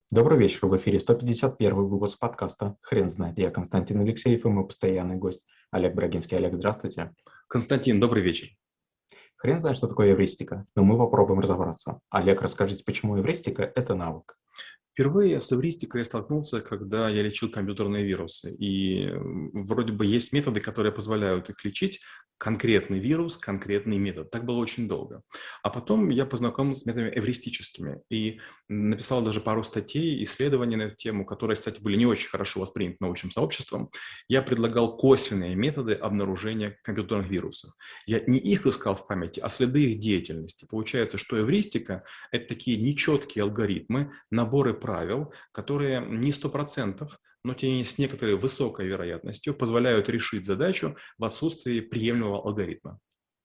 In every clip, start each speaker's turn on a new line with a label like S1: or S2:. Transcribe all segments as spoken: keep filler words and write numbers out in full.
S1: Добрый вечер, в эфире сто пятьдесят первый выпуск подкаста «Хрен знает». Я Константин Алексеев и мой постоянный гость Олег Брагинский. Олег, здравствуйте.
S2: Константин, добрый вечер.
S1: Хрен знает, что такое эвристика, но мы попробуем разобраться. Олег, расскажите, почему эвристика– это навык?
S2: Впервые с эвристикой я столкнулся, когда я лечил компьютерные вирусы. И м, вроде бы есть методы, которые позволяют их лечить. Конкретный вирус, конкретный метод. Так было очень долго. А потом я познакомился с методами эвристическими. И написал даже пару статей, исследований на эту тему, которые, кстати, были не очень хорошо восприняты научным сообществом. Я предлагал косвенные методы обнаружения компьютерных вирусов. Я не их искал в памяти, а следы их деятельности. Получается, что эвристика– это такие нечеткие алгоритмы, наборы правил, которые не сто процентов, но тем не менее с некоторой высокой вероятностью позволяют решить задачу в отсутствии приемлемого алгоритма.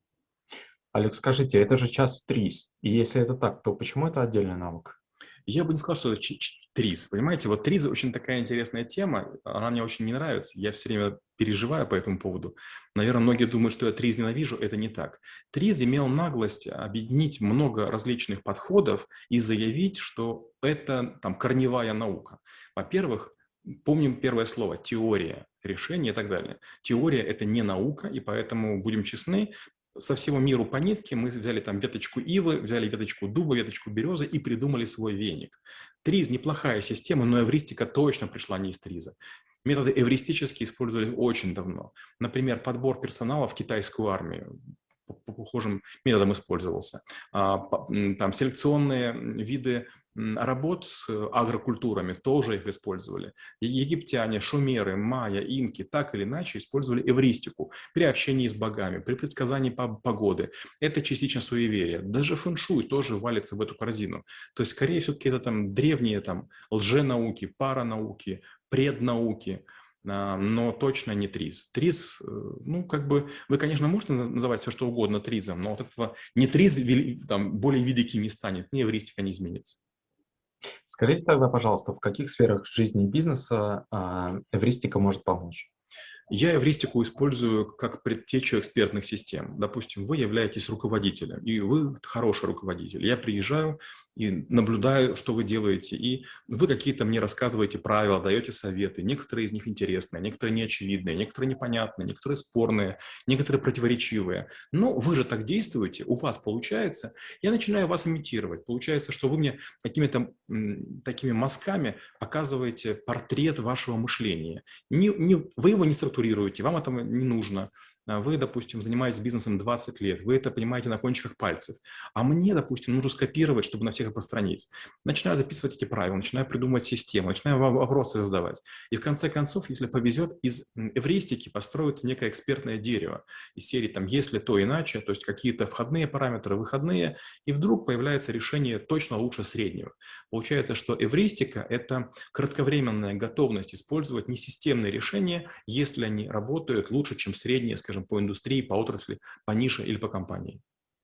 S1: Олег, скажите, это же час ТРИС, и если это так, то почему это отдельный навык?
S2: Я бы не сказал, что это ч- ч- ТРИЗ. Понимаете, вот ТРИЗ очень такая интересная тема, она мне очень не нравится, я все время переживаю по этому поводу. Наверное, многие думают, что я ТРИЗ ненавижу, это не так. ТРИЗ имел наглость объединить много различных подходов и заявить, что это там корневая наука. Во-первых, помним первое слово– теория решения и так далее. Теория– это не наука, и поэтому, будем честны, со всего миру по нитке мы взяли там веточку ивы, взяли веточку дуба, веточку березы и придумали свой веник. ТРИЗ неплохая система, но эвристика точно пришла не из ТРИЗа. Методы эвристические использовали очень давно. Например, подбор персонала в китайскую армию по, по похожим методам использовался. А, по, там селекционные виды работ с агрокультурами тоже их использовали. Египтяне, шумеры, майя, инки так или иначе использовали эвристику при общении с богами, при предсказании погоды. Это частично суеверие. Даже фэншуй тоже валится в эту корзину. То есть, скорее все-таки это там древние там лженауки, паранауки, преднауки, но точно не ТРИЗ. ТРИЗ, ну, как бы, вы, конечно, можете называть все, что угодно ТРИЗом, но вот этого не ТРИЗ там, более великим не станет, ни эвристика не изменится.
S1: Скажите тогда, пожалуйста, в каких сферах жизни и бизнеса а, эвристика может помочь?
S2: Я эвристику использую как предтечу экспертных систем. Допустим, вы являетесь руководителем, и вы хороший руководитель. Я приезжаю и наблюдаю, что вы делаете, и вы какие-то мне рассказываете правила, даете советы. Некоторые из них интересные, некоторые неочевидные, некоторые непонятные, некоторые спорные, некоторые противоречивые. Но вы же так действуете, у вас получается. Я начинаю вас имитировать. Получается, что вы мне какими-то такими мазками показываете портрет вашего мышления. Не, не, вы его не структурируете, вам этого не нужно. Вы, допустим, занимаетесь бизнесом двадцать лет, вы это понимаете на кончиках пальцев. А мне, допустим, нужно скопировать, чтобы на всех распространить. Начинаю записывать эти правила, начинаю придумывать систему, начинаю вопросы задавать. И в конце концов, если повезет, из эвристики построится некое экспертное дерево. Из серии там «если то иначе», то есть какие-то входные параметры, выходные, и вдруг появляется решение точно лучше среднего. Получается, что эвристика– это кратковременная готовность использовать несистемные решения, если они работают лучше, чем средние, скажем, по индустрии, по отрасли, по нише или по компании.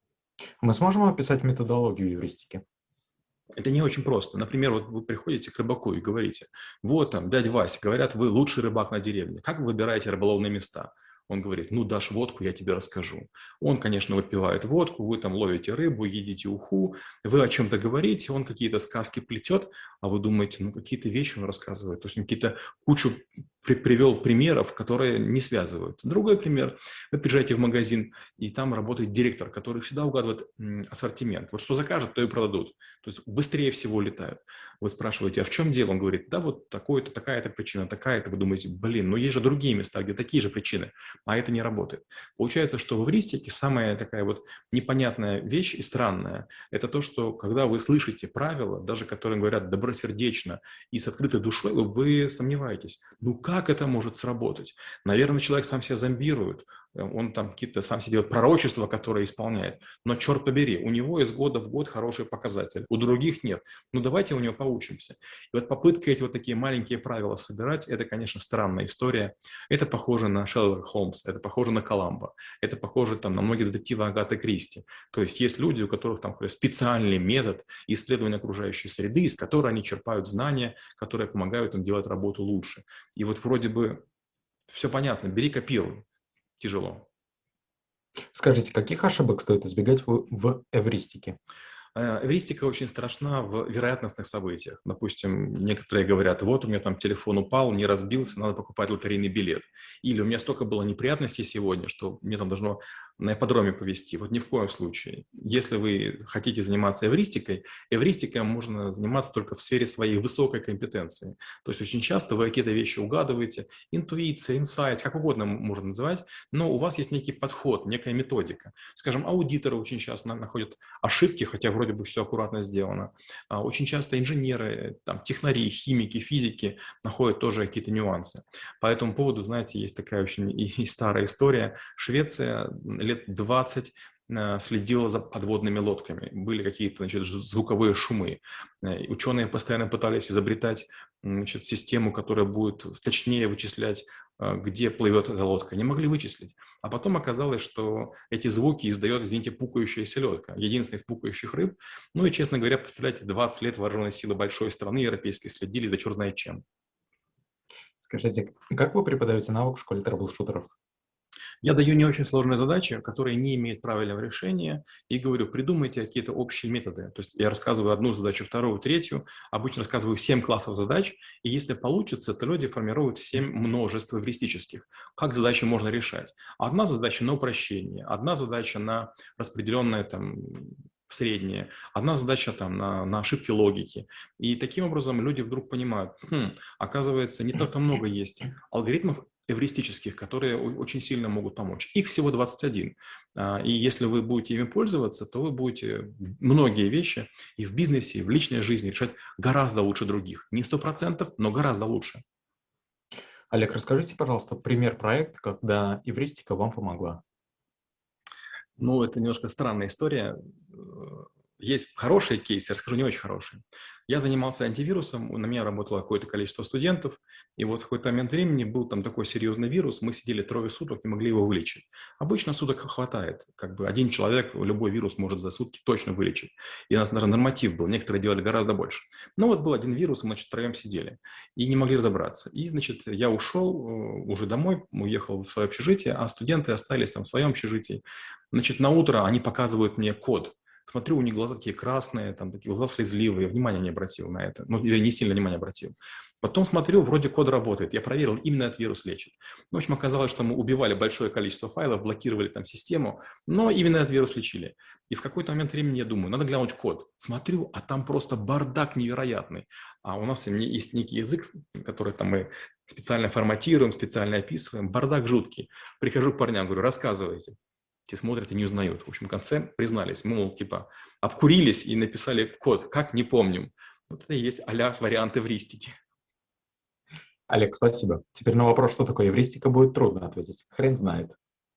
S1: Мы сможем описать методологию эвристики?
S2: Это не очень просто. Например, вот вы приходите к рыбаку и говорите: вот там, дядя Вася, говорят, вы лучший рыбак на деревне. Как вы выбираете рыболовные места? Он говорит: ну, дашь водку, я тебе расскажу. Он, конечно, выпивает водку, вы там ловите рыбу, едите уху, вы о чем-то говорите, он какие-то сказки плетет, а вы думаете, ну, какие-то вещи он рассказывает. То есть он какие-то кучу при привел примеров, которые не связываются. Другой пример. Вы приезжаете в магазин, и там работает директор, который всегда угадывает м, ассортимент. Вот что закажет, то и продадут. То есть быстрее всего летают. Вы спрашиваете: а в чем дело? Он говорит: да вот такое-то, такая-то причина, такая-то. Вы думаете: блин, ну есть же другие места, где такие же причины, а это не работает. Получается, что в эвристике самая такая вот непонятная вещь и странная, это то, что когда вы слышите правила, даже которые говорят добросердечно и с открытой душой, вы сомневаетесь, ну как это может сработать? Наверное, человек сам себя зомбирует, он там какие-то сам себе делает пророчества, которые исполняет. Но черт побери, у него из года в год хороший показатель, у других нет. Ну давайте у него поучимся. И вот попытка эти вот такие маленькие правила собирать, это, конечно, странная история. Это похоже на Шерлока Холмса, это похоже на Коламбо, это похоже там на многие детективы Агаты Кристи. То есть есть люди, у которых там специальный метод исследования окружающей среды, из которой они черпают знания, которые помогают им делать работу лучше. И вот вроде бы все понятно, бери, копируй. Тяжело.
S1: Скажите, каких ошибок стоит избегать в, в эвристике?
S2: Эвристика очень страшна в вероятностных событиях. Допустим, некоторые говорят, вот у меня там телефон упал, не разбился, надо покупать лотерейный билет. Или у меня столько было неприятностей сегодня, что мне там должно на ипподроме повезти. Вот ни в коем случае. Если вы хотите заниматься эвристикой, эвристикой можно заниматься только в сфере своей высокой компетенции. То есть очень часто вы какие-то вещи угадываете, интуиция, инсайт, как угодно можно называть, но у вас есть некий подход, некая методика. Скажем, аудиторы очень часто находят ошибки, хотя вроде бы все аккуратно сделано. Очень часто инженеры, там, технари, химики, физики находят тоже какие-то нюансы. По этому поводу, знаете, есть такая очень и, и старая история. Швеция лет двадцать следила за подводными лодками. Были какие-то, значит, звуковые шумы. И ученые постоянно пытались изобретать, значит, систему, которая будет точнее вычислять, где плывет эта лодка. Не могли вычислить. А потом оказалось, что эти звуки издает, извините, пукающая селедка. Единственная из пукающих рыб. Ну и, честно говоря, представляете, двадцать лет вооруженные силы большой страны европейской следили за черт знает чем.
S1: Скажите, как вы преподаете навык в школе трэбл-шутеров?
S2: Я даю не очень сложные задачи, которые не имеют правильного решения, и говорю, придумайте какие-то общие методы. То есть я рассказываю одну задачу, вторую, третью, обычно рассказываю семь классов задач, и если получится, то люди формируют семь множеств эвристических. Как задачи можно решать? Одна задача на упрощение, одна задача на распределенное там среднее, одна задача там на, на ошибки логики. И таким образом люди вдруг понимают, хм, оказывается, не так-то много есть алгоритмов эвристических, которые очень сильно могут помочь. Их всего двадцать один. И если вы будете ими пользоваться, то вы будете многие вещи и в бизнесе, и в личной жизни решать гораздо лучше других. Не сто процентов, но гораздо лучше.
S1: Олег, расскажите, пожалуйста, пример проекта, когда эвристика вам помогла.
S2: Ну, это немножко странная история. Есть хорошие кейсы, расскажу не очень хорошие. Я занимался антивирусом, на меня работало какое-то количество студентов, и вот в какой-то момент времени был там такой серьезный вирус, мы сидели трое суток и могли его вылечить. Обычно суток хватает, как бы один человек любой вирус может за сутки точно вылечить. И у нас даже норматив был, некоторые делали гораздо больше. Но вот был один вирус, и мы, значит, втроем сидели и не могли разобраться. И, значит, я ушел уже домой, уехал в свое общежитие, а студенты остались там в своем общежитии. Значит, на утро они показывают мне код. Смотрю, у них глаза такие красные, там такие глаза слезливые, я внимания не обратил на это. Ну, я не сильно внимания обратил. Потом смотрю, вроде код работает. Я проверил, именно этот вирус лечит. Ну, в общем, оказалось, что мы убивали большое количество файлов, блокировали там систему, но именно этот вирус лечили. И в какой-то момент времени я думаю, надо глянуть код. Смотрю, а там просто бардак невероятный. А у нас есть некий язык, который там мы специально форматируем, специально описываем. Бардак жуткий. Прихожу к парням, говорю, рассказывайте. Те смотрят и не узнают. В общем, в конце признались. Мы, мол, типа, обкурились и написали код. Как, не помним. Вот это и есть а-ля вариант эвристики.
S1: Олег, спасибо. Теперь на вопрос, что такое эвристика, будет трудно ответить. Хрен знает.